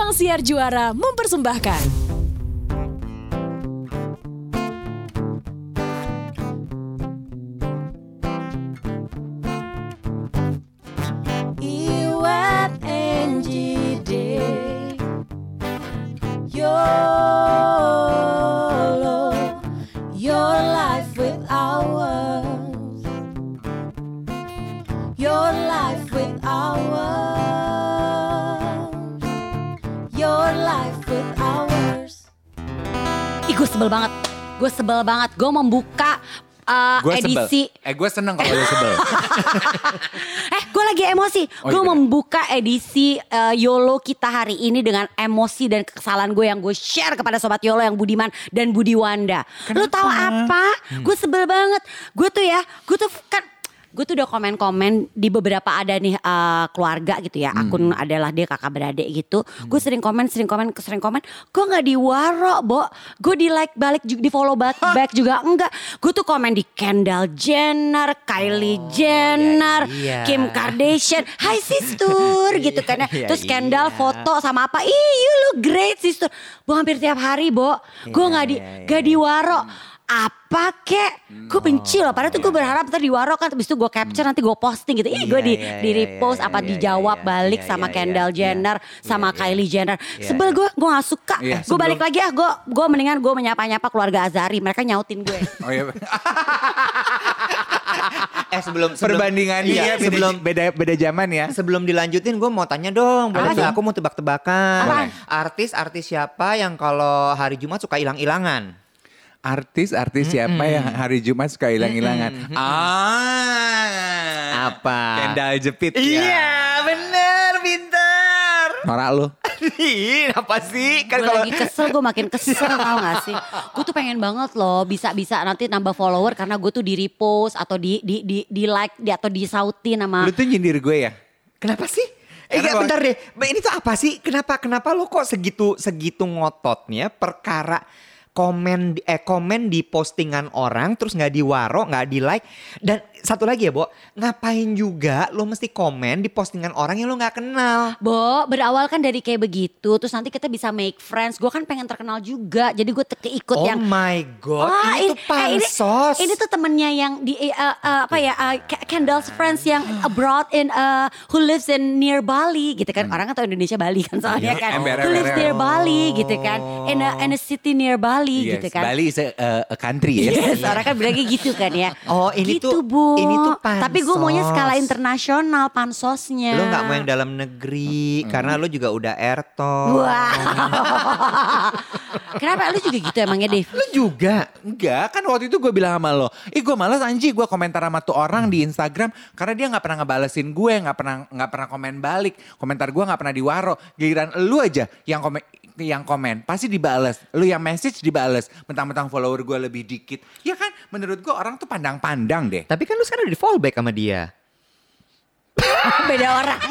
Sang Siar Juara mempersembahkan. Your life with ours. Your life with ours. Your life with ours. Ih, gue sebel banget. Gue membuka edisi. Gue seneng kalau lu sebel. Gue lagi emosi. Gue membuka edisi YOLO kita hari ini dengan emosi dan kesalahan gue yang gue share kepada Sobat YOLO yang Budiman dan Budi Wanda. Kenapa? Lu tahu apa? Gue sebel banget. Gue tuh udah komen-komen di beberapa ada nih keluarga gitu ya. Akun adalah dia kakak beradik gitu. Gue sering komen. Gue gak diwaro, Bo. Gue di like balik, di follow back juga enggak. Gue tuh komen di Kendall Jenner, Kylie Jenner, Kim Kardashian. Hai sister gitu kan ya. Terus Kendall foto sama apa. Ih you look great sister. Bo hampir tiap hari, Bo. Gue gak diwaro. Apa kek? Gue benci loh. Padahal tuh gue berharap ntar diwaro kan. Habis itu gue capture nanti gue posting gitu. Gue di repost dijawab balik sama Kendall Jenner sama Kylie Jenner. Sebel gue gak suka. Gue balik lagi gue mendingan gue menyapa-nyapa keluarga Azhari. Mereka nyautin gue. Oh iya. sebelum perbandingannya sebelum beda zaman ya. Sebelum dilanjutin gue mau tanya dong. Aku mau tebak-tebakan. Artis siapa yang kalau hari Jumat suka hilang-hilangan? Artis siapa yang hari Jumat suka hilang-hilangan? Apa? Kendall jepit ya. Iya, bener, pintar. Norak lu. Apa sih? Kan gue lagi kesel, gue makin kesel tau gak sih? Gue tuh pengen banget loh bisa nanti nambah follower karena gue tuh di repost atau di like atau disautin sama. Lu tuh nyindir gue ya? Kenapa sih? Bentar deh. Ini tuh apa sih? Kenapa lo kok segitu ngototnya perkara komen di postingan orang terus nggak diwaro, nggak di like. Dan satu lagi ya, Bo, ngapain juga lo mesti komen di postingan orang yang lo nggak kenal? Bo, berawal kan dari kayak begitu, terus nanti kita bisa make friends. Gue kan pengen terkenal juga, jadi gue keikut yang. Oh my god, ini tuh pansos. Ini tuh temennya yang di Kendall's friends yang abroad who lives in near Bali gitu kan. Orang kan tahu Indonesia Bali kan soalnya kan. Who lives near Bali gitu kan, in a city near Bali gitu kan. Bali is a country ya. Yes, orang kan bilangnya gitu kan ya. Oh ini gitu, tuh Bu. Ini tuh pansos. Tapi gue maunya skala internasional pansosnya. Lo gak mau yang dalam negeri karena lo juga udah airtone. Wah. Kenapa lu juga gitu emangnya, Dave? Lo juga? Enggak, kan waktu itu gue bilang sama lo, gue malas anji gue komentar sama tuh orang di Instagram karena dia nggak pernah ngebalesin gue, nggak pernah komen balik, komentar gue nggak pernah diwaro. Giliran lu aja yang komen pasti dibales, lu yang message dibales, mentang-mentang follower gue lebih dikit. Ya kan, menurut gue orang tuh pandang-pandang deh. Tapi kan lu sekarang udah di fallback sama dia. Beda orang.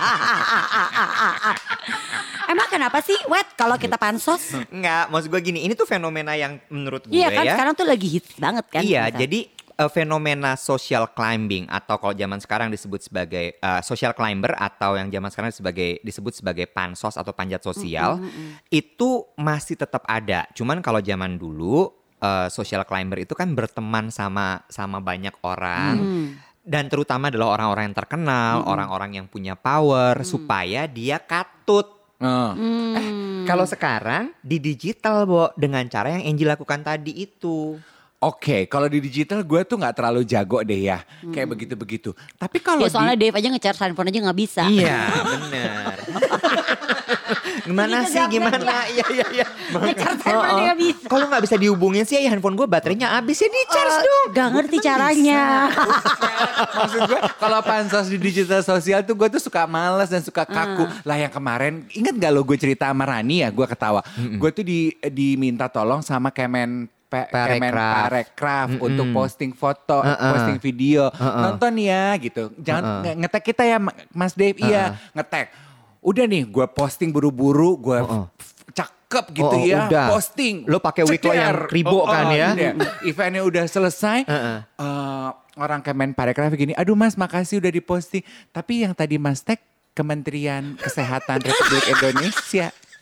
Emang kenapa sih, Wet, kalau kita pansos? Enggak, maksud gue gini, ini tuh fenomena yang menurut gue iya kan, ya. sekarang tuh lagi hits banget kan. Iya, jadi fenomena social climbing atau kalau zaman sekarang disebut sebagai social climber atau yang zaman sekarang disebut sebagai pansos atau panjat sosial, itu masih tetap ada. Cuman kalau zaman dulu social climber itu kan berteman sama banyak orang. Dan terutama adalah orang-orang yang terkenal, orang-orang yang punya power supaya dia katut. Kalau sekarang di digital, Bo, dengan cara yang Angie lakukan tadi itu. Oke, kalau di digital gue tuh nggak terlalu jago deh ya, kayak begitu-begitu. Tapi kalau ya soalnya Dave aja nge-charge handphone aja nggak bisa. Iya, benar. Gimana sih, gimana? Iya. Nge-charge handphone aja nggak bisa. Kalau nggak bisa dihubungin sih, ya handphone gue baterainya habis ya di-charge dong. Gak ngerti caranya. Maksud gue kalau pansos di digital sosial tuh gue tuh suka malas dan suka kaku. Lah yang kemarin, ingat gak lo gue cerita sama Rani ya, gue ketawa. Gue tuh diminta tolong sama Parekraf untuk posting foto, posting video, nonton ya gitu. Jangan nge-tag kita ya Mas Dave, iya nge-tag. Udah nih gue posting buru-buru, gue cakep gitu ya, udah. Posting. Lo pakai wig lo yang kribo kan ya. Eventnya udah selesai, orang Parekraf gini, aduh Mas makasih udah diposting. Tapi yang tadi Mas tag Kementerian Kesehatan Republik Indonesia.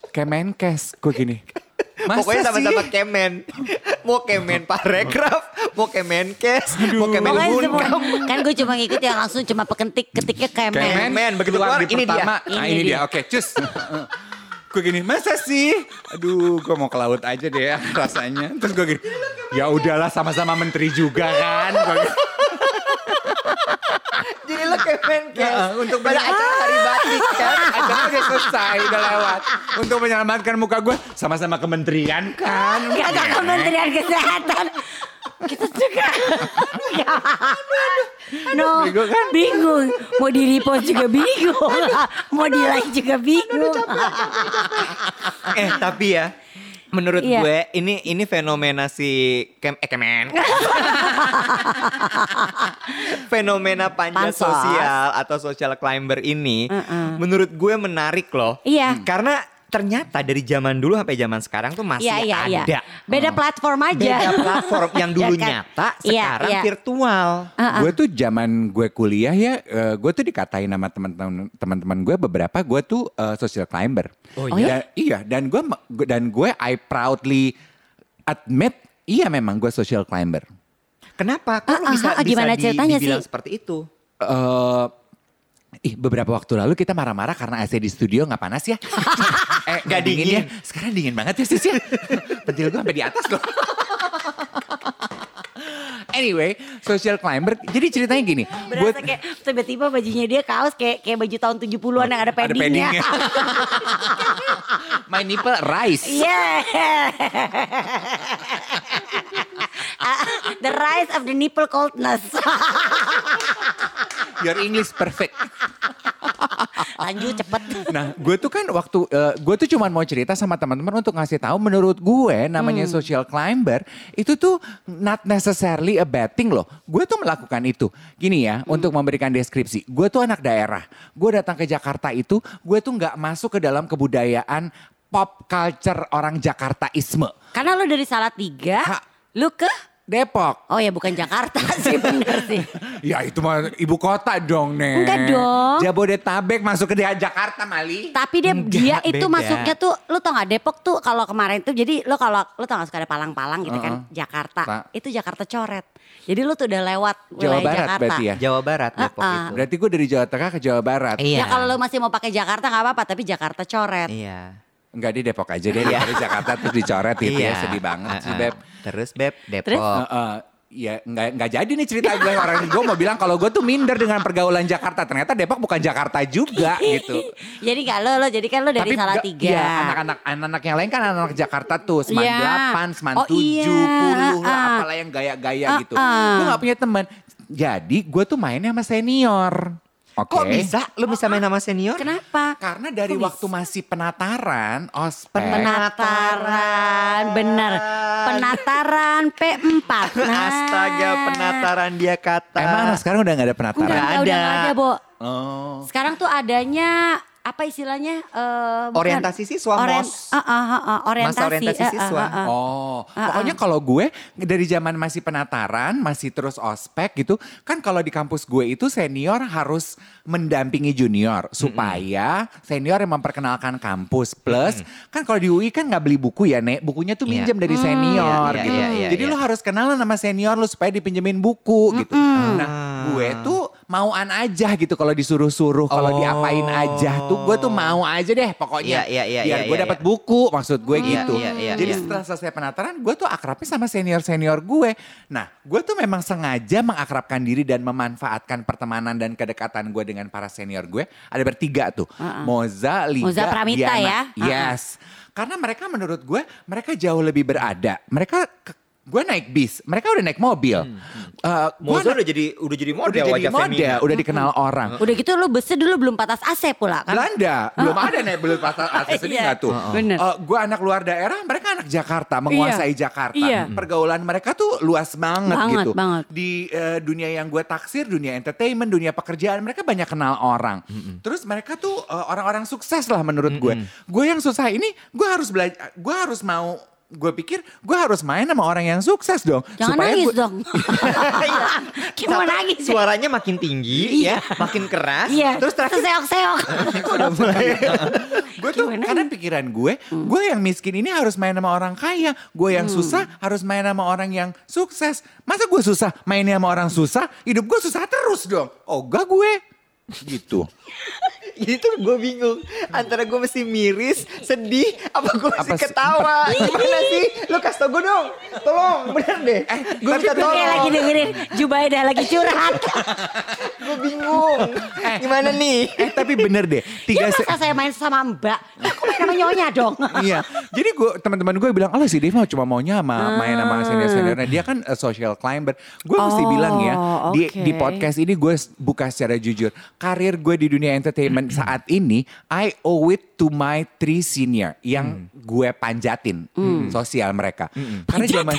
Kemenkes. Gue gini. Masa Pokoknya sama-sama sih? Kemen. Mau Kemen Parekraf, mau Kemenkes, mau Kemen Pokoknya semua, Hunkam. kan gue cuma ngikut yang langsung cuma ketiknya kemen. Kemen, begitu keluar keluar, di ini dia. pertama. Nah Ini ini dia. dia. Oke, cus. Gue gini, masa sih? Aduh, gue mau ke laut aja deh ya rasanya. Terus gue gini, ya udahlah sama-sama menteri juga kan. Gua gitu. Jadi lo Kemenkes. Untuk pada acara hari batik kan. Acara udah selesai, udah lewat. Untuk menyelamatkan muka gue, sama-sama kementerian kan. Gak ada Kementerian Kesehatan. Kita juga. No, Bego kan? bingung. Mau di repost juga bingung. Mau di like juga bingung. Tapi ya, menurut Iya. gue ini fenomena si Kemen. Fenomena panjat Pansos. sosial atau social climber ini menurut gue menarik loh. Iya. Karena ternyata dari zaman dulu sampai zaman sekarang tuh masih Iya. ada. Beda platform aja. Beda platform yang dulu Ya kan? nyata, Iya, sekarang iya. virtual. Gue tuh zaman gue kuliah ya, gue tuh dikatain sama teman-teman gue beberapa, gue tuh social climber. Oh iya? Iya, dan gue I proudly admit, iya memang gue social climber. Kenapa? Kok lu bisa gimana ceritanya dibilang sih? seperti itu? Beberapa waktu lalu kita marah-marah karena AC di studio nggak panas ya. Nggak dingin. ya. Sekarang dingin banget ya sis ya. Pentil gue sampai di atas loh. Anyway, social climber. Jadi ceritanya gini. Berasa kayak tiba-tiba bajunya dia kaos kayak baju tahun 70-an yang ada paddingnya. My nipple rise. Yeah. The rise of the nipple coldness. Your English perfect. Lanjut cepet. Nah, gue tuh kan waktu gue tuh cuma mau cerita sama teman-teman untuk ngasih tahu menurut gue namanya social climber itu tuh not necessarily a bad thing loh. Gue tuh melakukan itu. Gini ya, untuk memberikan deskripsi. Gue tuh anak daerah. Gue datang ke Jakarta itu, gue tuh nggak masuk ke dalam kebudayaan pop culture orang Jakartaisme. Karena lu dari Salatiga, Ha. lu ke Depok. oh ya bukan Jakarta sih bener sih. Ya itu mah ibu kota dong, Nek. Enggak dong. Jabodetabek masuk ke Jakarta, Mali. Tapi dia itu beda. masuknya tuh, lu tau gak Depok tuh kalau kemarin tuh jadi lu kalau lu tau gak suka ada palang-palang gitu kan Jakarta, itu Jakarta coret. Jadi lu tuh udah lewat Jawa wilayah Barat Jakarta. berarti ya? Jawa Barat Depok itu. Berarti gue dari Jawa Tengah ke Jawa Barat. Iya. Ya kalau lu masih mau pakai Jakarta gak apa-apa, tapi Jakarta coret. Iya. Enggak, di Depok aja deh. Dari Jakarta terus dicoret gitu ya. Sedih banget sih, Beb. Terus Beb, Depok. Terus? Ya nggak jadi nih cerita gue. Orang gue mau bilang kalau gue tuh minder dengan pergaulan Jakarta. Ternyata Depok bukan Jakarta juga gitu. Jadi gak lo jadi kan lo dari Salatiga. Iya, anak-anak yang lain kan anak-anak Jakarta tuh. Seman Iya. 8, Seman Oh 7, iya. 10 lah. Apalah yang gaya-gaya gitu. Gue gak punya teman. Jadi gue tuh mainnya sama senior. Oke. Kok bisa? Lu bisa main sama senior? Kenapa? Karena dari Kok waktu masih penataran, ospek. Penataran, bener. Penataran P4. Nah. Astaga, penataran dia kata. Emang anak sekarang udah gak ada penataran? Udah gak ada, Bo. Oh. Sekarang tuh adanya apa istilahnya? Bukan. Orientasi siswa, MOS. Orientasi. Masa orientasi siswa. Oh, pokoknya kalau gue dari zaman masih penataran, masih terus ospek gitu, kan kalau di kampus gue itu senior harus mendampingi junior supaya senior yang memperkenalkan kampus. Plus kan kalau di UI kan nggak beli buku ya, Nek, bukunya tuh minjem dari senior Iya, gitu. iya, Jadi iya. lo harus kenalan sama senior lo supaya dipinjemin buku gitu. Nah, gue tuh mauan aja gitu kalau disuruh-suruh, kalau diapain aja tuh gue tuh mau aja deh pokoknya. Biar gue dapat buku, maksud gue gitu. Jadi setelah selesai penataran, gue tuh akrabnya sama senior-senior gue. Nah, gue tuh memang sengaja mengakrabkan diri dan memanfaatkan pertemanan dan kedekatan gue dengan para senior gue. Ada bertiga tuh, Moza, Liga, Moza Pramita Diana. ya. Yes, karena mereka menurut gue, mereka jauh lebih berada. Gue naik bis, mereka udah naik mobil. Moza udah jadi model wajah feminin. udah dikenal orang. Udah gitu lu busnya dulu belum patas AC pula kan? Belanda, belum ada nih belum pasal akses ini Iya. nggak tuh. Bener. Gue anak luar daerah, mereka anak Jakarta, menguasai Jakarta. Iya. Pergaulan mereka tuh luas banget gitu. Banget. Di dunia yang gue taksir, dunia entertainment, dunia pekerjaan, mereka banyak kenal orang. Terus mereka tuh orang-orang sukses lah menurut gue. Gue yang susah ini, gue harus belajar, gue harus mau gue pikir gue harus main sama orang yang sukses dong. Jangan supaya nangis gue- dong. Kita mau nangis. Suaranya makin tinggi ya, makin keras. Iya, Terus terakhir seok-seok. udah mulai. Gue tuh Gimana karena nih? pikiran gue yang miskin ini harus main sama orang kaya. Gue yang susah harus main sama orang yang sukses. Masa gue susah mainnya sama orang susah, hidup gue susah terus dong. Ogah gue. Gitu. Jadi tuh gue bingung antara gue mesti miris, sedih, apa gue mesti Apa sih? ketawa. Gimana sih? Lu kasih tau gue dong. Tolong, bener deh. Gue minta Gue kayak tolong. lagi dengerin Jubaida lagi curhat. Gue bingung. Gimana nih? Tapi bener deh. Ya masa saya main sama Mbak, aku main sama Nyonya dong. Iya, jadi teman-teman gue bilang, si Dave mah cuma maunya main sama senior-seniornya. Dia kan social climber. Gue mesti bilang ya, di podcast ini gue buka secara jujur. Karir gue di dunia entertainment saat ini, I owe it to my 3 senior yang gue panjatin sosial mereka. Karena zaman,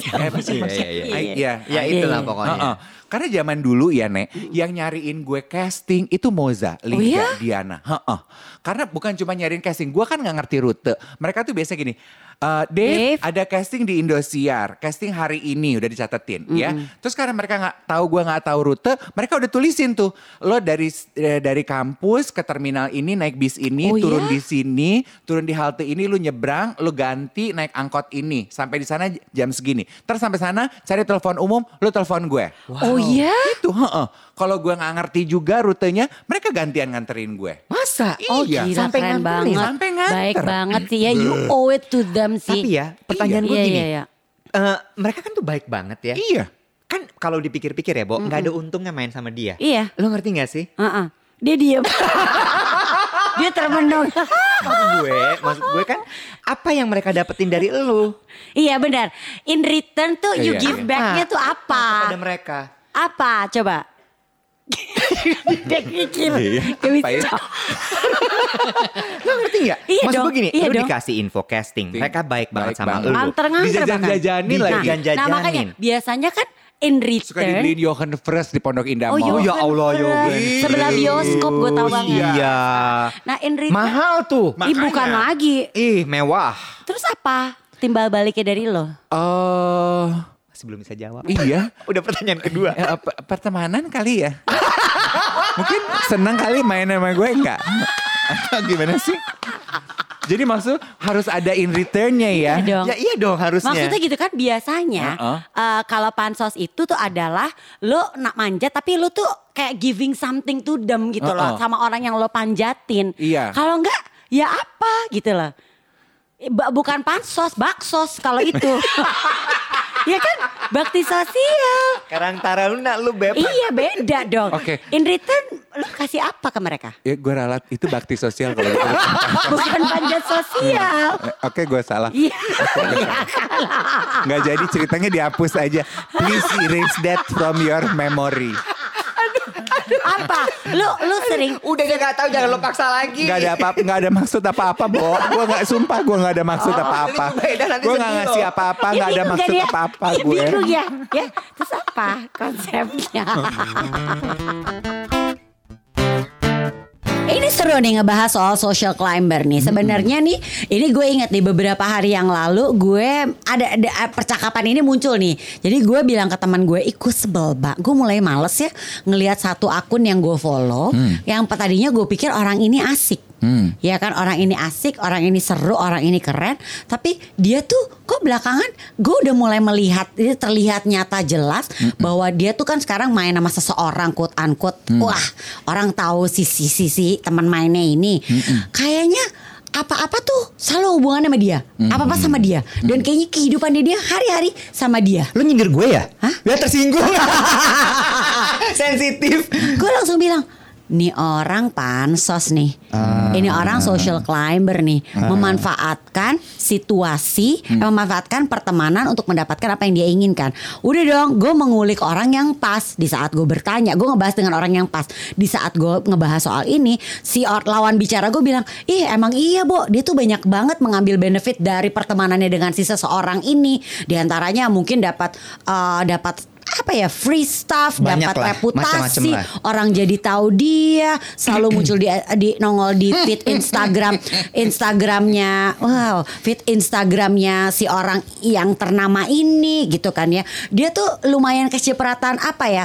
Ya itulah pokoknya. Karena zaman dulu ya Nek, yang nyariin gue casting itu Moza, Liga, Diana. Karena bukan cuma nyariin casting, gue kan gak ngerti rute. Mereka tuh biasa gini, Dave, ada casting di Indosiar, casting hari ini udah dicatetin ya. Terus karena mereka gue nggak tahu rute, mereka udah tulisin tuh, lo dari kampus ke terminal ini naik bis ini, turun di sini, turun di halte ini, lo nyebrang, lo ganti naik angkot ini, sampai di sana jam segini. Terus sampai sana cari telepon umum, lo telepon gue. Oh iya? Itu, kalau gue nggak ngerti juga rutenya, mereka gantian nganterin gue. Masa? Oh Iya. gila Sampai keren nganterin. banget. Sampai nganter. Baik banget sih ya, you owe it to them sih. Tapi ya, pertanyaan gue Iya, gini. iya, iya. Mereka kan tuh baik banget ya. Iya. Kan kalau dipikir-pikir ya, Bo, nggak ada untungnya main sama dia. Iya. Lo ngerti gak sih? Dia diem. Dia termenung. Maksud gue kan apa yang mereka dapetin dari lo Iya benar. In return tuh you Iya, give iya. back-nya tuh apa? kepada mereka. Apa? Coba. Dia mikir. Iya. Gak bisa Apa ya? jawab. Lo ngerti gak? Iya Maksud dong, gue gini, iya lo dong. dikasih info casting. Mereka baik banget sama banget. lo. Nganter-nganter Dijajan-jajanin bahkan. lagi. Dijajan-jajanin. Nah makanya biasanya kan in Suka return. dibeliin Johan Fresh di Pondok Indah Oh, Mall. Johan ya Allah, Fresh. Johan. Sebelah bioskop gue tau banget. Iya. Nah in return. Mahal tuh. Ih, bukan lagi. Ih, mewah. Terus apa? Timbal baliknya dari lo? Masih belum bisa jawab. Iya. Udah pertanyaan kedua. Pertemanan kali ya. Mungkin senang kali main sama gue enggak? Atau gimana sih? Jadi maksud harus ada in return-nya ya. Iya dong. Ya iya dong harusnya. Maksudnya gitu kan biasanya kalau pansos itu tuh adalah lo nak manjat tapi lo tuh kayak giving something to them gitu loh sama orang yang lo panjatin. Iya. Kalau enggak ya apa gitu loh. Bukan pansos, baksos kalau itu. Ya kan bakti sosial. Karang Taruna lu bebas. Iya beda dong. Oke. In return lo kasih apa ke mereka? Ya gue ralat itu bakti sosial kalau gitu. Bukan panjat sosial. Oke gue salah. Iya. Nggak jadi ceritanya dihapus aja. Please erase that from your memory. Apa? Lu sering Udah gak tahu jangan lo paksa lagi. Nggak ada apa-apa, nggak ada maksud apa-apa, Bo. Gue nggak sumpah, gue nggak ada maksud apa-apa. ini beda, nanti Gue nggak sedih ngasih loh. apa-apa, Ya, nggak ada bingung maksud kan ya? apa-apa Iya, gue. bingung ya. Ya, terus apa konsepnya? Ini seru nih ngebahas soal social climber nih. Sebenarnya nih, ini gue ingat nih beberapa hari yang lalu gue ada percakapan ini muncul nih. Jadi gue bilang ke teman gue, gue sebel banget. Gue mulai males ya ngelihat satu akun yang gue follow, yang tadinya gue pikir orang ini asik. Ya kan orang ini asik, orang ini seru, orang ini keren. Tapi dia tuh kok belakangan gue udah mulai melihat, ini terlihat nyata jelas bahwa dia tuh kan sekarang main sama seseorang quote unquote. Wah orang tahu sisi teman mainnya ini. Kayaknya apa-apa tuh selalu hubungan sama dia. Apa-apa sama dia. Dan kayaknya kehidupannya dia hari-hari sama dia. Lu nyindir gue ya? Hah? Ya tersinggung. Sensitif. Gue langsung bilang, nih orang pansos nih, ini orang social climber nih, memanfaatkan situasi, memanfaatkan pertemanan untuk mendapatkan apa yang dia inginkan. Udah dong, gue mengulik orang yang pas. Di saat gue bertanya, gue ngebahas dengan orang yang pas. Di saat gue ngebahas soal ini, si lawan bicara gue bilang, ih emang iya Bo, dia tuh banyak banget mengambil benefit dari pertemanannya dengan si seseorang ini. Di antaranya mungkin dapat apa ya, free stuff, Banyak dapat lah, macam-macam reputasi, lah. orang jadi tahu dia, selalu muncul di nongol di feed Instagramnya, wow, feed Instagramnya si orang yang ternama ini gitu kan ya. Dia tuh lumayan kecipratan apa ya?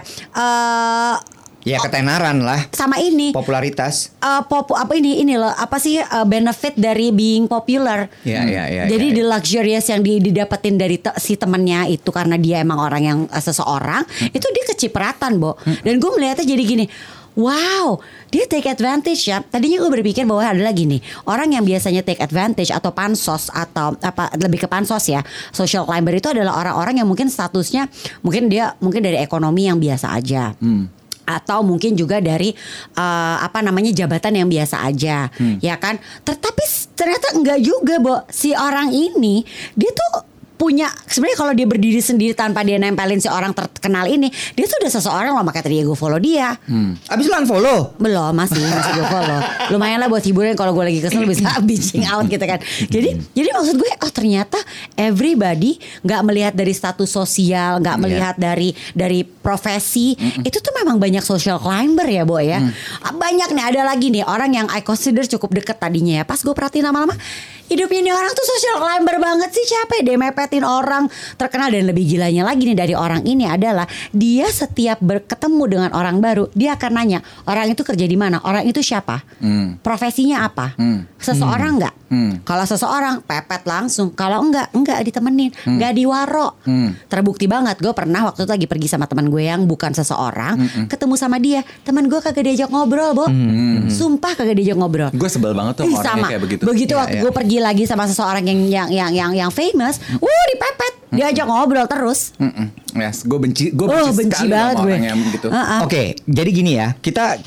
Ya ketenaran lah. Sama ini Popularitas. ini loh, apa sih benefit dari being popular. Ya. Jadi the luxurious yang didapetin dari si temennya itu karena dia emang orang yang seseorang, itu dia kecipratan, Bo. Dan gue melihatnya jadi gini, wow, dia take advantage ya. Tadinya gue berpikir bahwa ada lagi nih orang yang biasanya take advantage atau pansos atau apa, lebih ke pansos ya. Social climber itu adalah orang-orang yang mungkin statusnya mungkin dari ekonomi yang biasa aja. Atau mungkin juga dari jabatan yang biasa aja, ya kan? Tetapi ternyata enggak juga, Bo. Si orang ini dia tuh punya, sebenarnya kalau dia berdiri sendiri tanpa dia nempelin si orang terkenal ini, dia tuh udah seseorang loh, makanya tadi gue follow dia. Abis lu unfollow? Belum, masih gue follow. Lumayan lah buat hiburan, kalau gue lagi kesel bisa bitching out gitu kan. Jadi maksud gue, oh ternyata everybody nggak melihat dari status sosial, nggak melihat dari profesi. Itu tuh memang banyak social climber ya, Bo ya. Banyak nih, ada lagi nih orang yang I consider cukup deket tadinya ya. Pas gue perhatiin lama-lama, hidupnya ini orang tuh social climber banget sih. Siapa ya, dia mepetin orang terkenal. Dan lebih gilanya lagi nih dari orang ini adalah dia setiap berketemu dengan orang baru, dia akan nanya orang itu kerja di mana, orang itu siapa, profesinya apa, seseorang nggak. Kalau seseorang pepet langsung, kalau enggak ditemenin, enggak diwaro. Terbukti banget, gue pernah waktu itu lagi pergi sama teman gue yang bukan seseorang, ketemu sama dia, teman gue kagak diajak ngobrol, Bo. Sumpah kagak diajak ngobrol. Gue sebel banget tuh orangnya kayak begitu. Begitu waktu gue pergi lagi sama seseorang yang famous, dipepet, diajak ngobrol terus. Yes, gue benci benci sekali banget sama gue. orang yang begitu. Oke, jadi gini ya, kita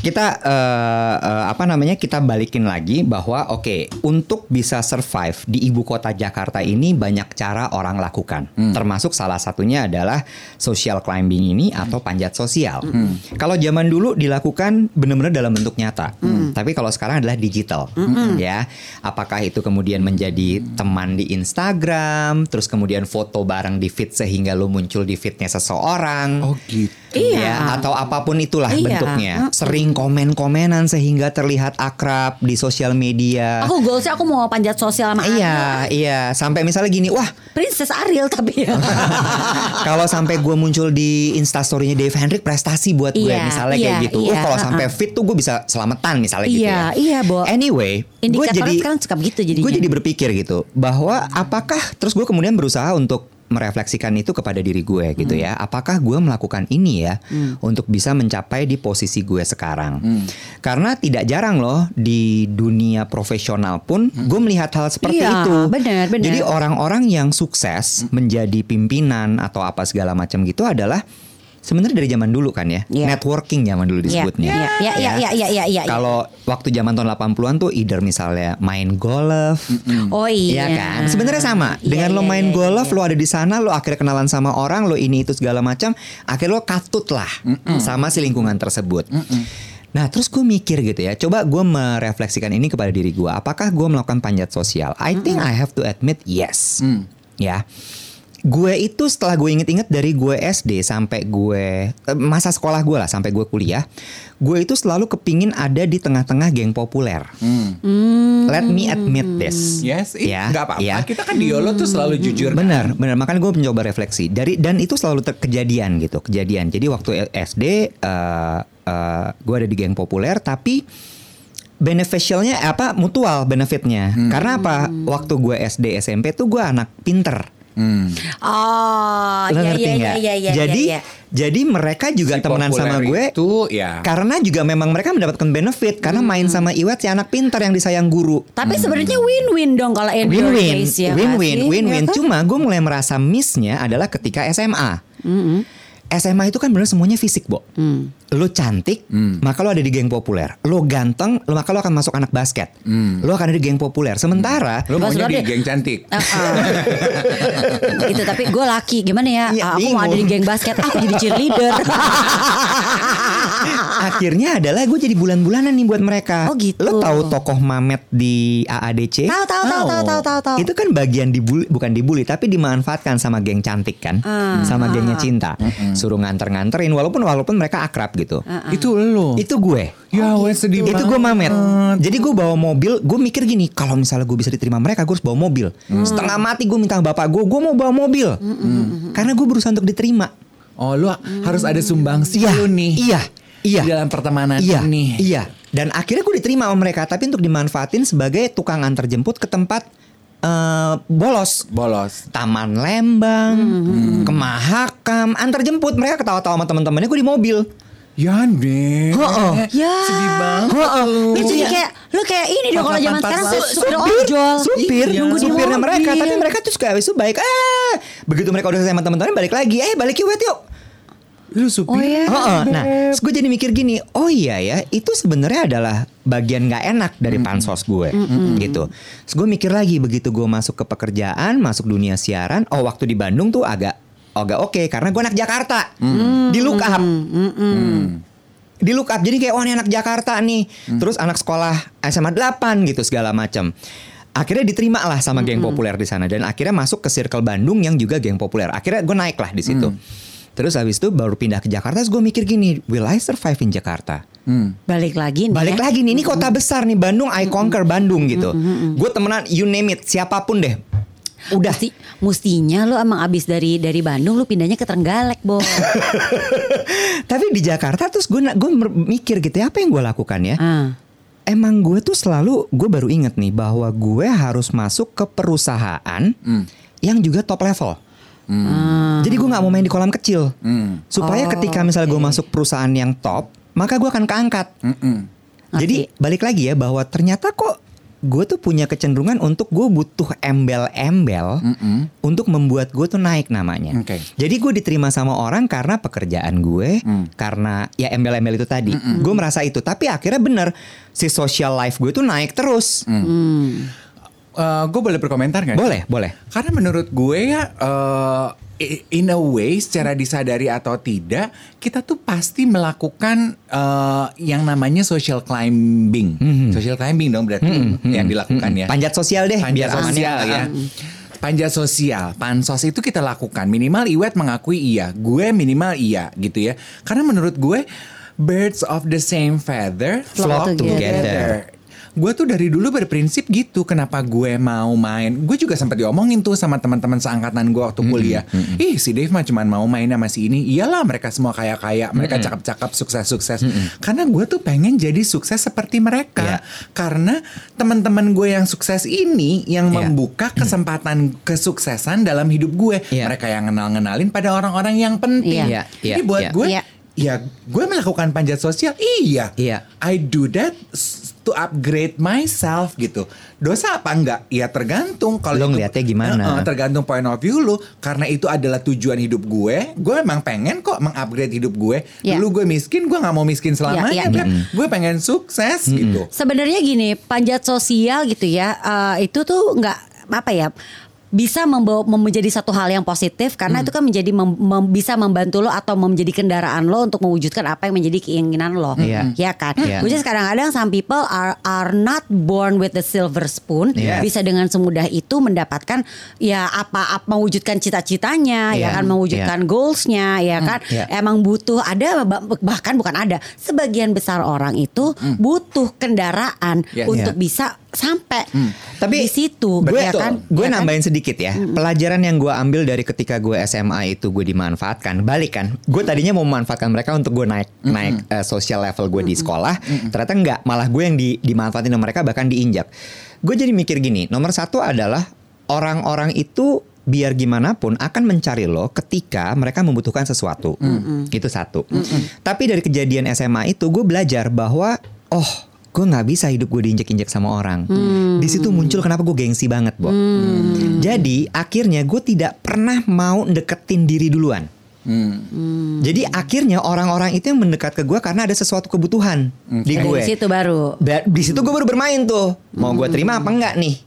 kita balikin lagi bahwa untuk bisa survive di ibu kota Jakarta ini banyak cara orang lakukan. Termasuk salah satunya adalah social climbing ini atau panjat sosial. Kalau zaman dulu dilakukan benar-benar dalam bentuk nyata. Tapi kalau sekarang adalah digital. Ya, apakah itu kemudian menjadi teman di Instagram, terus kemudian foto bareng di feed sehingga lo muncul di feednya seseorang. Oh gitu. Iya. Atau apapun itulah bentuknya. Sering komen-komenan sehingga terlihat akrab di sosial media. Aku goalsnya aku mau panjat sosial sama Iya. Sampai misalnya gini, wah, Princess Ariel tapi ya. kalau sampai gue muncul di Instastory-nya Dave Hendrik, prestasi buat gue, misalnya kayak gitu. Kalau sampai fit tuh gue bisa selamatan misalnya gitu ya. Iya, Bo. Anyway, gue jadi sekarang suka begitu jadinya. Gue jadi berpikir gitu bahwa apakah, terus gue kemudian berusaha untuk merefleksikan itu kepada diri gue gitu ya. Apakah gue melakukan ini ya untuk bisa mencapai di posisi gue sekarang? Karena tidak jarang loh di dunia profesional pun gue melihat hal seperti itu. Benar. Jadi orang-orang yang sukses menjadi pimpinan atau apa segala macam gitu adalah sebenarnya dari zaman dulu kan ya. Networking zaman dulu disebutnya. Iya. Kalau waktu zaman tahun 80-an tuh either misalnya main golf. Oh iya. Iya kan? Sebenarnya sama. Dengan lo main golf, lo ada di sana, lo akhirnya kenalan sama orang, lo ini itu segala macam, akhirnya lo katut lah sama si lingkungan tersebut. Nah terus gue mikir gitu ya, coba gue merefleksikan ini kepada diri gue. Apakah gue melakukan panjat sosial? I think I have to admit yes. Ya. Gue itu setelah gue inget-inget dari gue SD sampai gue masa sekolah gue lah sampai gue kuliah, gue itu selalu kepingin ada di tengah-tengah geng populer. Let me admit this. Yes, ya, nggak apa-apa. Ya. Kita kan di YOLO tuh selalu jujur. Benar. Makanya gue mencoba refleksi dan itu selalu kejadian. Jadi waktu SD gue ada di geng populer, tapi beneficialnya mutual benefitnya. Karena apa? Waktu gue SD SMP tuh gue anak pinter. Lo ngerti nggak? Jadi mereka juga Si temenan sama gue itu, ya. karena juga memang mereka mendapatkan benefit karena main sama Iwet si anak pintar yang disayang guru. Tapi sebenarnya win-win dong kalau in your case ya. Win-win. Cuma gue mulai merasa miss-nya adalah ketika SMA. SMA itu kan benar semuanya fisik, Bo. Lo cantik, maka lo ada di geng populer. Lo ganteng, maka lo akan masuk anak basket. Lo akan ada di geng populer. Sementara lo maunya di geng cantik. Itu tapi gue laki, gimana ya? Aku mau ada di geng basket, aku jadi cheerleader. Akhirnya adalah gue jadi bulan-bulanan nih buat mereka. Oh gitu. Lo tahu tokoh Mamet di AADC? Tahu. Itu kan bagian dibully, bukan dibully, tapi dimanfaatkan sama geng cantik kan, sama gengnya Cinta. suruh nganterin walaupun mereka akrab gitu. Itu lo. Itu gue. Ya wes sedih Itu banget. gue mamet. Jadi gue bawa mobil, gue mikir gini, kalau misalnya gue bisa diterima mereka, gue harus bawa mobil. Setengah mati gue minta bapak gue mau bawa mobil. Karena gue berusaha untuk diterima. Oh lu harus ada sumbangsi lu nih. Iya. Di dalam pertemanan ini. Iya. Dan akhirnya gue diterima sama mereka, tapi untuk dimanfaatin sebagai tukang antar jemput ke tempat bolos. Taman Lembang, ke Mahakam, antar jemput. Mereka ketawa-tawa sama teman-temannya, gue di mobil. Ya deh. Ya. Sedih banget. Lu jadi kayak lu kayak ini dong kalau zaman sekarang supir ojol. Supir, Nunggu di supirnya mobil. mereka. Tapi mereka tuh suka habis itu baik. Begitu mereka udah selesai sama teman-temannya balik lagi. Balik yuk, Wet, yuk. Lu supir. Oh ya. Nah, terus gue jadi mikir gini, oh iya ya, itu sebenarnya adalah bagian nggak enak dari pansos gue, gitu. Terus gue mikir lagi begitu gue masuk ke pekerjaan, masuk dunia siaran, waktu di Bandung tuh agak oke, karena gue anak Jakarta, di look up. Di look up, jadi kayak ini anak Jakarta nih, terus anak sekolah SMA 8 gitu segala macam. Akhirnya diterima lah sama geng populer di sana, dan akhirnya masuk ke circle Bandung yang juga geng populer. Akhirnya gue naik lah di situ. Terus habis itu baru pindah ke Jakarta. Terus gue mikir gini, will I survive in Jakarta? Balik lagi nih. Ini kota besar nih, Bandung, I conquer Bandung gitu. Gue temenan, you name it, siapapun deh. Udah. Mustinya lu emang abis dari Bandung lu pindahnya ke Trenggalek, Bo. Tapi di Jakarta terus gue mikir gitu ya, apa yang gue lakukan ya? Emang gue tuh selalu, gue baru inget nih bahwa gue harus masuk ke perusahaan yang juga top level. Jadi gue gak mau main di kolam kecil, supaya ketika misalnya gue masuk perusahaan yang top, maka gue akan keangkat. Jadi balik lagi ya, bahwa ternyata kok gue tuh punya kecenderungan untuk gue butuh embel-embel untuk membuat gue tuh naik namanya. Jadi gue diterima sama orang karena pekerjaan gue, karena ya embel-embel itu tadi. Gue merasa itu, tapi akhirnya bener si social life gue tuh naik terus. Gue boleh berkomentar gak? Boleh. Karena menurut gue ya in a way secara disadari atau tidak, kita tuh pasti melakukan yang namanya social climbing. Social climbing dong berarti yang dilakukan ya. Panjat sosial deh. Panjat sosial ya. Panjat sosial, pansos itu kita lakukan. Minimal Iwet mengakui iya, gue minimal iya gitu ya. Karena menurut gue birds of the same feather flock together. Gue tuh dari dulu berprinsip gitu. Kenapa gue mau main? Gue juga sempat diomongin tuh sama teman-teman seangkatan gue waktu kuliah. Si Dave mah cuman mau main sama si ini. Iyalah mereka semua kaya-kaya, mereka cakep-cakep, sukses-sukses. Karena gue tuh pengen jadi sukses seperti mereka. Karena teman-teman gue yang sukses ini yang membuka kesempatan kesuksesan dalam hidup gue. Mereka yang ngenalin pada orang-orang yang penting. Jadi buat gue, ya gue melakukan panjat sosial. Iya. I do that to upgrade myself gitu. Dosa apa enggak? Ya tergantung. Kalau lo ngeliatnya gimana? Tergantung point of view lu. Karena itu adalah tujuan hidup gue. Gue emang pengen kok mengupgrade hidup gue. Dulu gue miskin, gue gak mau miskin selamanya. Gue pengen sukses gitu. Sebenarnya gini, panjat sosial gitu ya, itu tuh nggak apa ya, bisa menjadi satu hal yang positif karena itu kan menjadi bisa membantu lo atau menjadi kendaraan lo untuk mewujudkan apa yang menjadi keinginan lo, ya kan? Which is kadang-kadang some people are not born with the silver spoon, bisa dengan semudah itu mendapatkan ya apa mewujudkan cita-citanya, ya kan, mewujudkan goalsnya, ya kan? Emang butuh ada, bahkan bukan ada, sebagian besar orang itu butuh kendaraan untuk bisa sampai tapi di situ. Gue nambahin sedikit ya. Pelajaran yang gue ambil dari ketika gue SMA itu gue dimanfaatkan. Balik kan, gue tadinya mau memanfaatkan mereka untuk gue naik social level gue di sekolah. Ternyata enggak, malah gue yang dimanfaatin sama mereka, bahkan diinjak. Gue jadi mikir gini, nomor satu adalah orang-orang itu biar gimana pun akan mencari lo ketika mereka membutuhkan sesuatu. Itu satu. Tapi dari kejadian SMA itu gue belajar bahwa gue nggak bisa hidup gue diinjek-injek sama orang. Di situ muncul kenapa gue gengsi banget, Bo. Jadi akhirnya gue tidak pernah mau deketin diri duluan. Jadi akhirnya orang-orang itu yang mendekat ke gue karena ada sesuatu kebutuhan di gue. Di situ baru. Di situ gue baru bermain tuh. Mau gue terima apa enggak nih?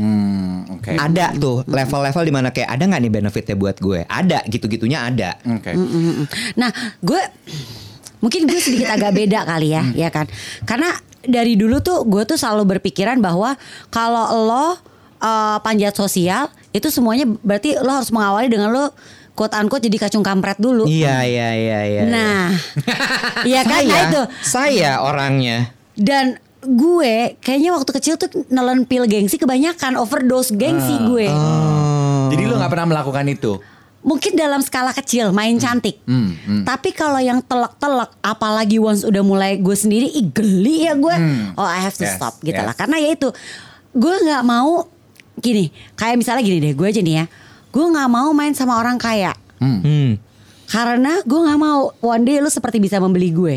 Ada tuh level-level di mana kayak ada nggak nih benefitnya buat gue? Ada, gitu-gitunya ada. Nah, mungkin gue sedikit agak beda kali ya, ya kan? Karena dari dulu tuh gue tuh selalu berpikiran bahwa kalau lo panjat sosial itu semuanya berarti lo harus mengawali dengan lo quote unquote jadi kacung kampret dulu. Iya. Nah, iya kan? Nah itu. Saya orangnya. Dan gue kayaknya waktu kecil tuh nelen pil gengsi kebanyakan, overdose gengsi gue. Jadi lu gak pernah melakukan itu? Mungkin dalam skala kecil main cantik. Tapi kalau yang telak-telak, apalagi once udah mulai gue sendiri, geli ya gue. Oh I have to stop gitu lah. Karena ya itu, gue gak mau gini. Kayak misalnya gini deh, gue aja nih ya. Gue gak mau main sama orang kaya. Karena gue gak mau one day lu seperti bisa membeli gue.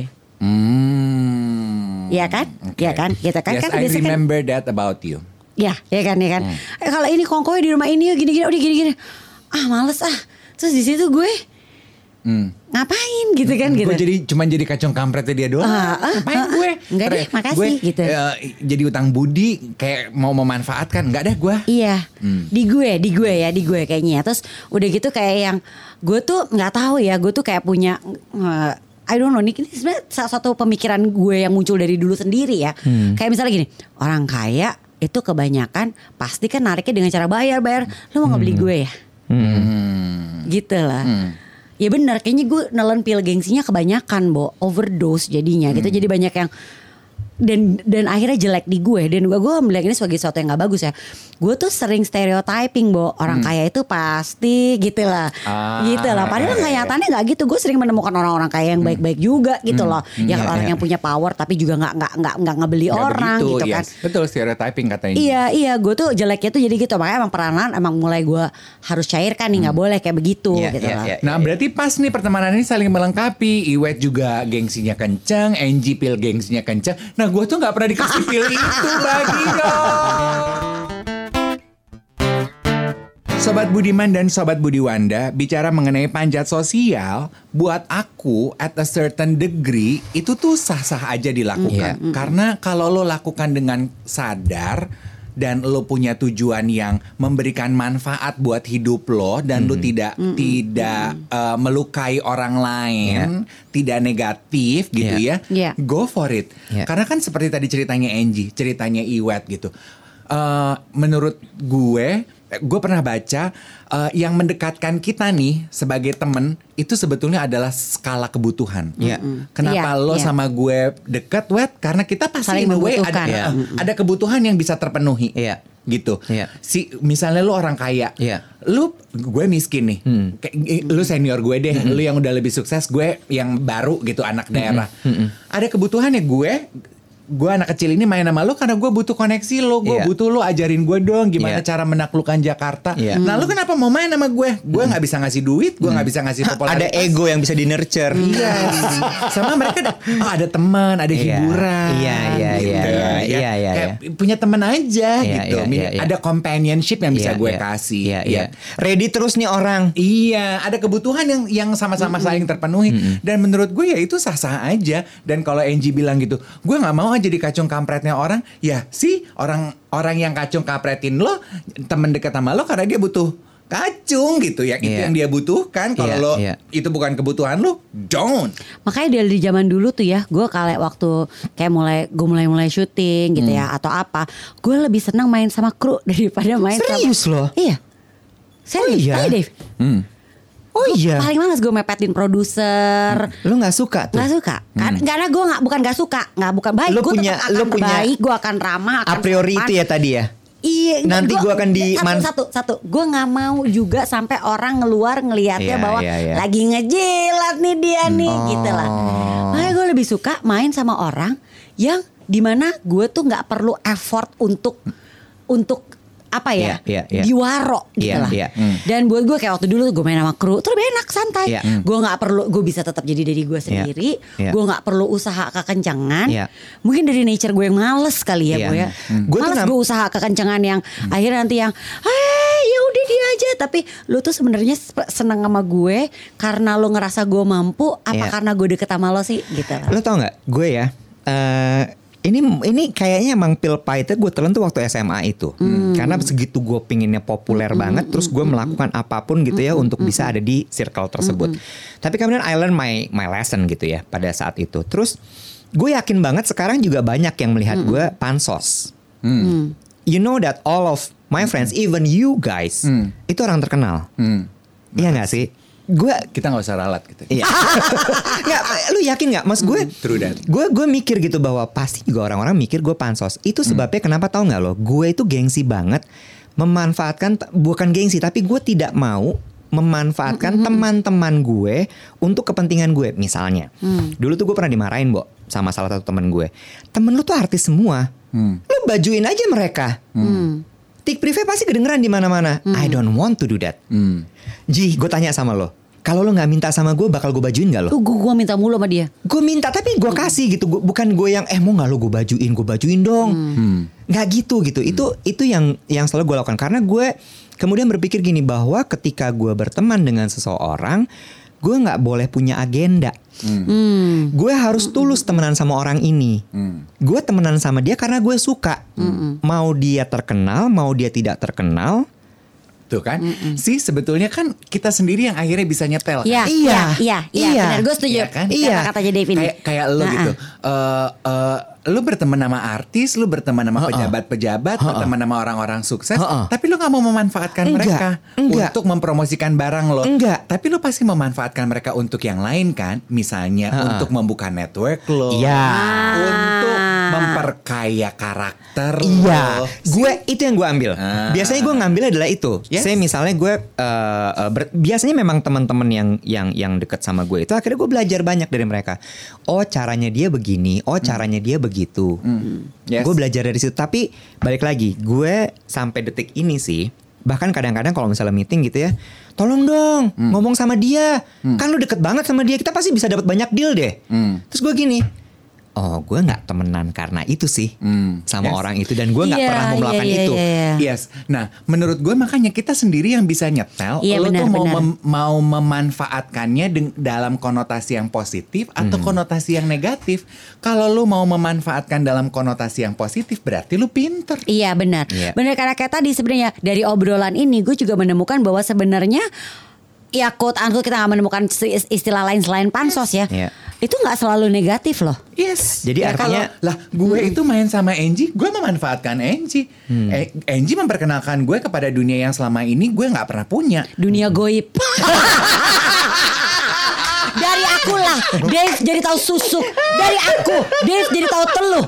Iya kan? Iya kan? Gitu kan? Yes, Kan I biasanya kan- remember that about you. Ya kan. Kalau ini kongkoy di rumah ini gini-gini, udah gini-gini. Ah males ah. Terus di situ gue ngapain gitu kan gitu. Gue cuman jadi kacung kampretnya dia doang. Ngapain gue? Enggak deh, makasih gue, gitu. Jadi utang budi kayak mau memanfaatkan, enggak deh gue. Iya, di gue kayaknya. Terus udah gitu kayak yang gue tuh nggak tahu ya, gue tuh kayak punya I don't know, ini sebenarnya salah satu pemikiran gue yang muncul dari dulu sendiri ya. Kayak misalnya gini, orang kaya itu kebanyakan pasti kan nariknya dengan cara bayar. Lo mau ngebeli gue ya? Gitu lah. Ya benar, kayaknya gue nelen pil gengsinya kebanyakan, overdose jadinya gitu. Jadi banyak yang dan akhirnya jelek di gue. Dan gue melihat ini sebagai sesuatu yang gak bagus ya. Gue tuh sering stereotyping, orang kaya itu pasti gitu lah. Padahal kenyataannya gak gitu. Gue sering menemukan orang-orang kaya yang baik-baik juga gitu loh. Yang orang yang punya power tapi juga gak ngebeli orang begitu, gitu kan. Betul, stereotyping katanya. Iya, gue tuh jeleknya tuh jadi gitu. Makanya emang peranan emang mulai gue harus cairkan nih, gak boleh kayak begitu gitu lah. Nah berarti pas nih pertemanan ini saling melengkapi. Iwet juga gengsinya kenceng, Angie pil gengsinya kenceng. Nah gue tuh gak pernah dikasih pil itu lagi dong. Sobat Budiman dan Sobat Budiwanda, bicara mengenai panjat sosial, buat aku at a certain degree itu tuh sah-sah aja dilakukan. Karena kalau lo lakukan dengan sadar dan lo punya tujuan yang memberikan manfaat buat hidup lo dan lo tidak melukai orang lain, tidak negatif gitu go for it. Karena kan seperti tadi ceritanya Angie, ceritanya Iwet gitu. Menurut gue pernah baca yang mendekatkan kita nih sebagai temen itu sebetulnya adalah skala kebutuhan. Kenapa lo sama gue dekat, Wet? Karena kita pasti saling in a way membutuhkan. ada kebutuhan yang bisa terpenuhi. Gitu. Misalnya lu orang kaya, gue miskin nih. Lu senior gue deh, lu yang udah lebih sukses, gue yang baru gitu, anak daerah. Ada kebutuhan ya gue anak kecil ini main sama lo karena gue butuh koneksi lo. Gue butuh lo ajarin gue dong gimana cara menaklukkan Jakarta. Nah lo kenapa mau main sama gue? Gue gak bisa ngasih duit, gue gak bisa ngasih popularitas. Ada ego yang bisa di-nurture. Sama mereka ada teman, ada hiburan. Kayak punya teman aja gitu. Ada companionship yang bisa gue kasih. Ready terus nih orang. Iya, ada kebutuhan yang sama-sama saling terpenuhi. Dan menurut gue ya itu sah-sah aja. Dan kalau Angie bilang gitu, gue gak mau jadi kacung kampretnya orang. Ya sih, orang yang kacung kampretin lo, temen dekat sama lo karena dia butuh kacung gitu ya. Itu yang dia butuhkan. Kalau lo itu bukan kebutuhan lo, don't. Makanya dari zaman dulu tuh ya, gue kalau waktu kayak mulai syuting gitu ya atau apa, gue lebih senang main sama kru daripada main Serius sama. loh? Iya. Serius. Oh iya? Ayo Dave. Oh iya. Paling males gue mepetin produser. Lu gak suka tuh? Gak suka. Karena gue bukan gak suka, bukan baik. Gue tetap akan baik, gue akan ramah, akan a priori sopan. itu ya tadi ya? Iya. Nanti gue akan Satu. Gue gak mau juga sampai orang ngeliatnya bahwa lagi ngejilat nih dia nih gitu lah. Makanya gue lebih suka main sama orang yang dimana gue tuh gak perlu effort untuk apa ya, diwaro gitu lah. Dan buat gue kayak waktu dulu gue main sama kru tuh lebih enak, santai. Gue nggak perlu, gue bisa tetap jadi diri gue sendiri. Gue nggak perlu usaha kekencangan. Mungkin dari nature gue yang males kali ya gue ya. Gue usaha kekencangan yang akhirnya nanti yang ya udah dia aja. Tapi lu tuh sebenarnya seneng sama gue karena lu ngerasa gue mampu. Apa karena gue deket sama lo sih gitu lah. Lo tau nggak gue ya? Ini kayaknya emang pil pahitnya gue telan tuh waktu SMA itu. Karena segitu gue pinginnya populer banget, terus gue melakukan apapun gitu ya untuk bisa ada di circle tersebut. Tapi kemudian I learn my lesson gitu ya pada saat itu. Terus gue yakin banget sekarang juga banyak yang melihat gue pansos. You know that all of my friends, even you guys, itu orang terkenal. Iya gak sih? Kita nggak usah ralat gitu. Iya. Nggak, lu yakin nggak? Mas gue, True that. gue mikir gitu bahwa pasti juga orang-orang mikir gue pansos. Itu sebabnya kenapa tahu nggak lo? Gue itu gengsi banget memanfaatkan, bukan gengsi tapi gue tidak mau memanfaatkan teman-teman gue untuk kepentingan gue. Misalnya, dulu tuh gue pernah dimarahin, Bo, sama salah satu teman gue. Temen lu tuh artis semua, lu bajuin aja mereka. Tik privé pasti kedengeran di mana-mana. I don't want to do that. Ji, gue tanya sama lo, kalau lo nggak minta sama gue, bakal gue bajuin nggak lo? Gue minta mulu sama dia. Gue minta tapi gue kasih gitu. Bukan gue yang mau nggak lo gue bajuin dong. Nggak gitu. Itu yang selalu gue lakukan karena gue kemudian berpikir gini bahwa ketika gue berteman dengan seseorang, gue nggak boleh punya agenda. Gue harus tulus temenan sama orang ini. Gue temenan sama dia karena gue suka. Mau dia terkenal, mau dia tidak terkenal. Tuh kan, sih sebetulnya kan kita sendiri yang akhirnya bisa nyetel. Iya, Iya. benar. Gue setuju. Iya kan? Kata-katanya Dave ini. Kayak lo gitu. Lu berteman sama artis, lu berteman sama pejabat-pejabat, berteman sama orang-orang sukses, tapi lu nggak mau memanfaatkan mereka untuk mempromosikan barang lo. Enggak. Tapi lu pasti memanfaatkan mereka untuk yang lain kan? Misalnya untuk membuka network lo, Iya. untuk memperkaya karakter Iya, lo. itu yang gue ambil. Biasanya gue ngambilnya adalah itu. Yes. Saya misalnya gue biasanya memang teman-teman yang dekat sama gue itu akhirnya gue belajar banyak dari mereka. Oh caranya dia begini, oh caranya dia begitu. Yes. Gue belajar dari situ. Tapi balik lagi, gue sampai detik ini sih. Bahkan kadang-kadang kalau misalnya meeting gitu ya, tolong dong ngomong sama dia. Kan lu deket banget sama dia, kita pasti bisa dapat banyak deal deh. Terus gue gini. Oh, gue nggak temenan karena itu sih sama orang itu dan gue nggak pernah mau melakukan itu. Yes. Nah, menurut gue makanya kita sendiri yang bisa nyetel. Iya, lo benar, tuh mau benar. mau memanfaatkannya dalam konotasi yang positif atau konotasi yang negatif. Kalau lu mau memanfaatkan dalam konotasi yang positif, berarti lu pinter. Iya benar. Iya. Benar karena kayak tadi sebenarnya dari obrolan ini gue juga menemukan bahwa sebenarnya ya quote unquote kita gak menemukan istilah lain selain pansos ya. Iya. Itu gak selalu negatif loh. Yes. Jadi artinya- kalau, gue itu main sama Angie, gue memanfaatkan Angie. Angie memperkenalkan gue kepada dunia yang selama ini gue nggak pernah punya. Dunia goib. Dari aku lah Dave jadi tahu susuk. Dari aku Dave jadi tahu teluh.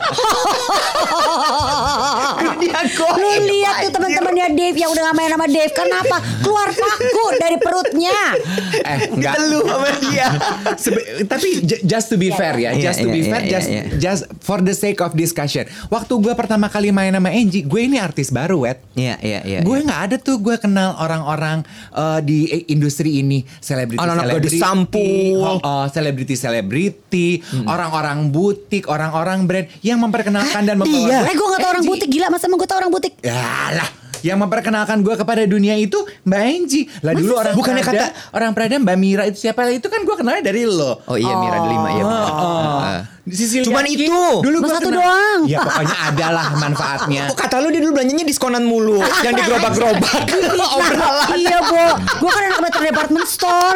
Lu lihat tuh teman-temannya Dave yang udah gak main sama Dave. Kenapa? Keluar paku dari perutnya. Enggak. Lu sama dia. Tapi just to be fair ya, Iya, just to be iya, fair, iya, just for the sake of discussion. Waktu gue pertama kali main sama Angie, gue ini artis baru, Wet. Iya. Gue nggak ada tuh gue kenal orang-orang di industri ini, Anak-anak gadis sampul. selebriti, orang-orang butik, orang-orang brand yang memperkenalkan dan membawa Iya. gue. Gue gak tau orang Angie. butik. Gila masa emang gue tau orang butik. Yalah, yang memperkenalkan gue kepada dunia itu Mbak Angie. Lah dulu orang Bukannya Prada Mbak Mira itu siapa? Itu kan gue kenalnya dari lo. Oh iya, Mira Delima ya. Sisil Cuman Yakin, itu. dulu Mas gua satu kenal. doang. Ya pokoknya adalah manfaatnya. Kok kata lu dia dulu belanjanya diskonan mulu, yang digerobak-gerobak. Iya Bo, gue kan anak better department store.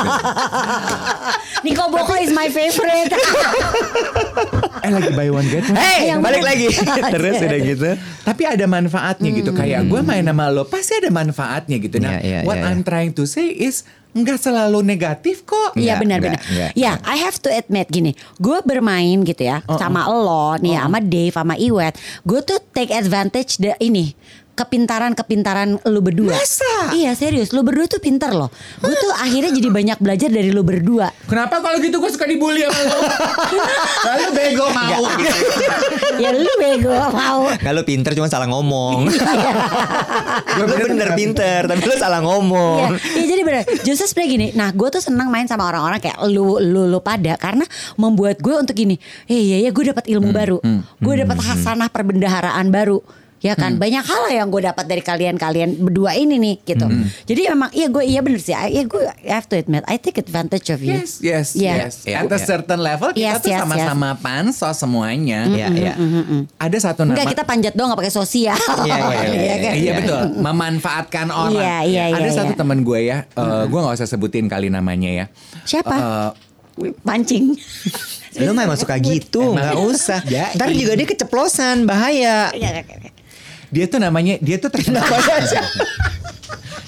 Nico Boko is my favorite. Lagi buy one get one. Yang Balik bener. lagi. Terus udah gitu. Tapi ada manfaatnya gitu. Kayak gue main sama lo pasti ada manfaatnya gitu. Nah, Iya, what iya. I'm trying to say is nggak selalu negatif kok. Iya benar-benar. enggak. Ya, I have to admit gini, gue bermain gitu ya sama lo nih, sama Dave, sama Iwet. Gue tuh take advantage ini kepintaran lu berdua. Masa? Iya serius, lu berdua tuh pintar loh. Gue tuh akhirnya jadi banyak belajar dari lu berdua. Kenapa kalau gitu gue suka dibully sama lo? Lalu bego mau gitu. Ya lu bego mau. Kalau pinter cuma salah ngomong. Gue bener pinter, tapi lu salah Iya, ngomong. iya jadi benar. Justru sebenarnya gini. Nah, gue tuh senang main sama orang-orang kayak lu pada karena membuat gue untuk gini. Iya, gue dapat ilmu baru. Gue dapat hasanah perbendaharaan baru. Ya kan, banyak hal lah yang gue dapat dari kalian berdua ini nih gitu. Jadi memang iya bener sih. Gue have to admit, I take advantage of you. Yes. Yeah. At a certain level kita Yes, tuh yes, sama-sama pansos semuanya. Iya. Ada satu nama. Enggak, kita panjat doang gak pakai sosial. Iya, kan? Iya betul, memanfaatkan orang. Iya, Ada iya. satu teman gue ya, gue nggak usah sebutin kali namanya ya. Siapa? Pancing. Lu mah emang suka gitu, nggak usah. Ya, Ntar juga dia keceplosan, bahaya. Dia tuh terkenal.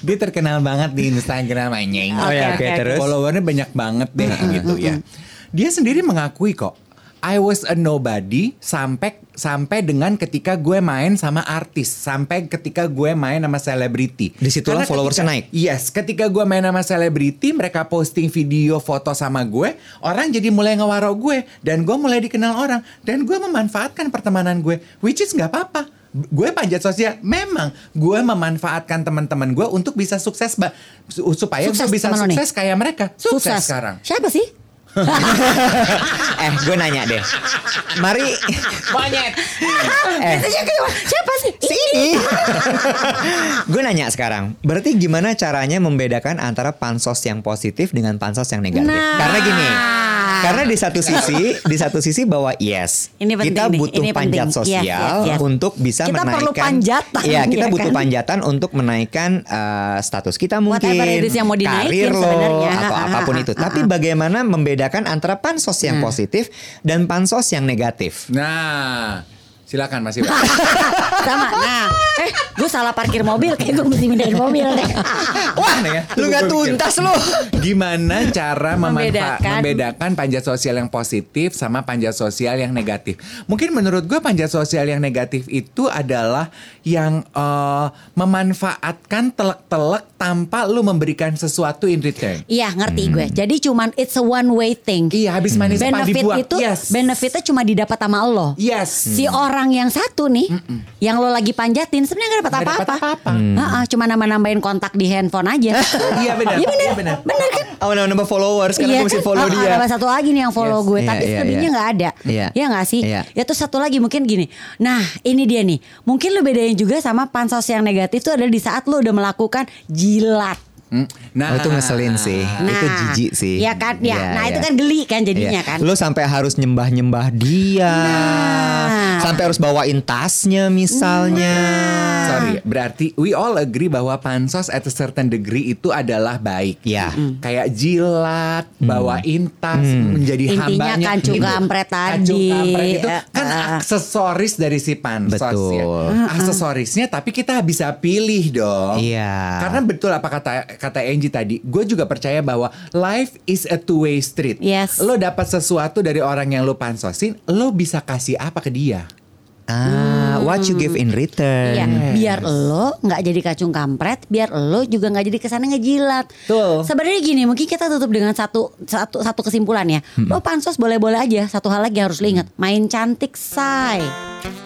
Dia terkenal banget di Instagram anjing. Oh ya, oke, terus? Followernya banyak banget deh gitu ya. Dia sendiri mengakui kok, I was a nobody sampai dengan ketika gue main sama artis, sampai ketika gue main sama selebriti. Disitulah Karena followersnya naik. Yes, ketika gue main sama selebriti, mereka posting video foto sama gue, orang jadi mulai ngewaro gue, dan gue mulai dikenal orang, dan gue memanfaatkan pertemanan gue, which is nggak apa-apa. Gue panjat sosial, memang gue memanfaatkan teman-teman gue untuk bisa sukses, supaya gue bisa temen lo nih. sukses kayak mereka. Sukses sekarang. Siapa sih? Gue nanya deh. Mari Monyet. Siapa sih? sini. Gue nanya sekarang. Berarti gimana caranya membedakan antara pansos yang positif dengan pansos yang negatif? Nah. Karena gini. Karena di satu sisi bahwa yes, Ini penting kita nih, butuh ini panjat penting. sosial Yes. untuk bisa Kita menaikkan. perlu panjatan, Iya, kita ya butuh kan? panjatan untuk menaikkan status kita mungkin, Whatever it is yang mau dinaikin karir lo sebenarnya. atau apapun itu. Tapi bagaimana membedakan antara pansos yang positif dan pansos yang negatif? Nah, silakan Mas Iwan. Sama. Nah, gue salah parkir mobil, kayak gue mesti pindahin mobil deh. Wah, lu gak tuntas lu. Gimana cara Membedakan. membedakan panjat sosial yang positif sama panjat sosial yang negatif? Mungkin menurut gue panjat sosial yang negatif itu adalah yang memanfaatkan telek-telek tanpa lu memberikan sesuatu in return. Iya, ngerti gue. Jadi cuman it's a one way thing. Iya, habis manis apa Benefit dibuang. itu Yes. benefitnya cuma didapat sama lo. Yes. Si orang yang satu nih, yang lo lagi panjatin sebenarnya gak dapat Nggak dapat apa-apa. apa-apa. Cuma nambah-nambahin kontak di handphone aja. Iya benar. Iya benar. Iya benar. Benar kan? Oh, nambah followers karena gue mesti follow dia. Ada satu lagi nih yang follow Yes. gue, Iya, tapi iya, selebihnya iya. nggak ada. Iya. Ya nggak sih? Iya. Ya terus satu lagi mungkin gini. Nah ini dia nih. Mungkin lu bedain juga sama pansos yang negatif tuh adalah di saat lu udah melakukan jilat. Nah, Oh, itu ngeselin sih. Itu jijik sih. Ya kan? Ya. Iya, Nah iya. itu kan geli kan jadinya Iya. kan. Lu sampai harus nyembah-nyembah dia. Nah. Sampai harus bawain tasnya misalnya. Sorry, berarti we all agree bahwa pansos at a certain degree itu adalah baik. Ya. Kayak jilat, bawain tas, menjadi Intinya hambanya. kancung Itu- kampret kancung tadi. kampret itu kan aksesoris dari si pansos ya. Betul. Aksesorisnya tapi kita bisa pilih dong. Iya. Karena betul apa kata Angie tadi, gue juga percaya bahwa life is a two-way street. Yes. Lo dapat sesuatu dari orang yang lo pansosin, lo bisa kasih apa ke dia? What you give in return. Iya, biar lo nggak jadi kacung kampret, biar lo juga nggak jadi kesana ngejilat. Betul. Sebenarnya gini, mungkin kita tutup dengan satu kesimpulan ya. Lo pansos boleh-boleh aja. Satu hal lagi harus lo ingat, main cantik say.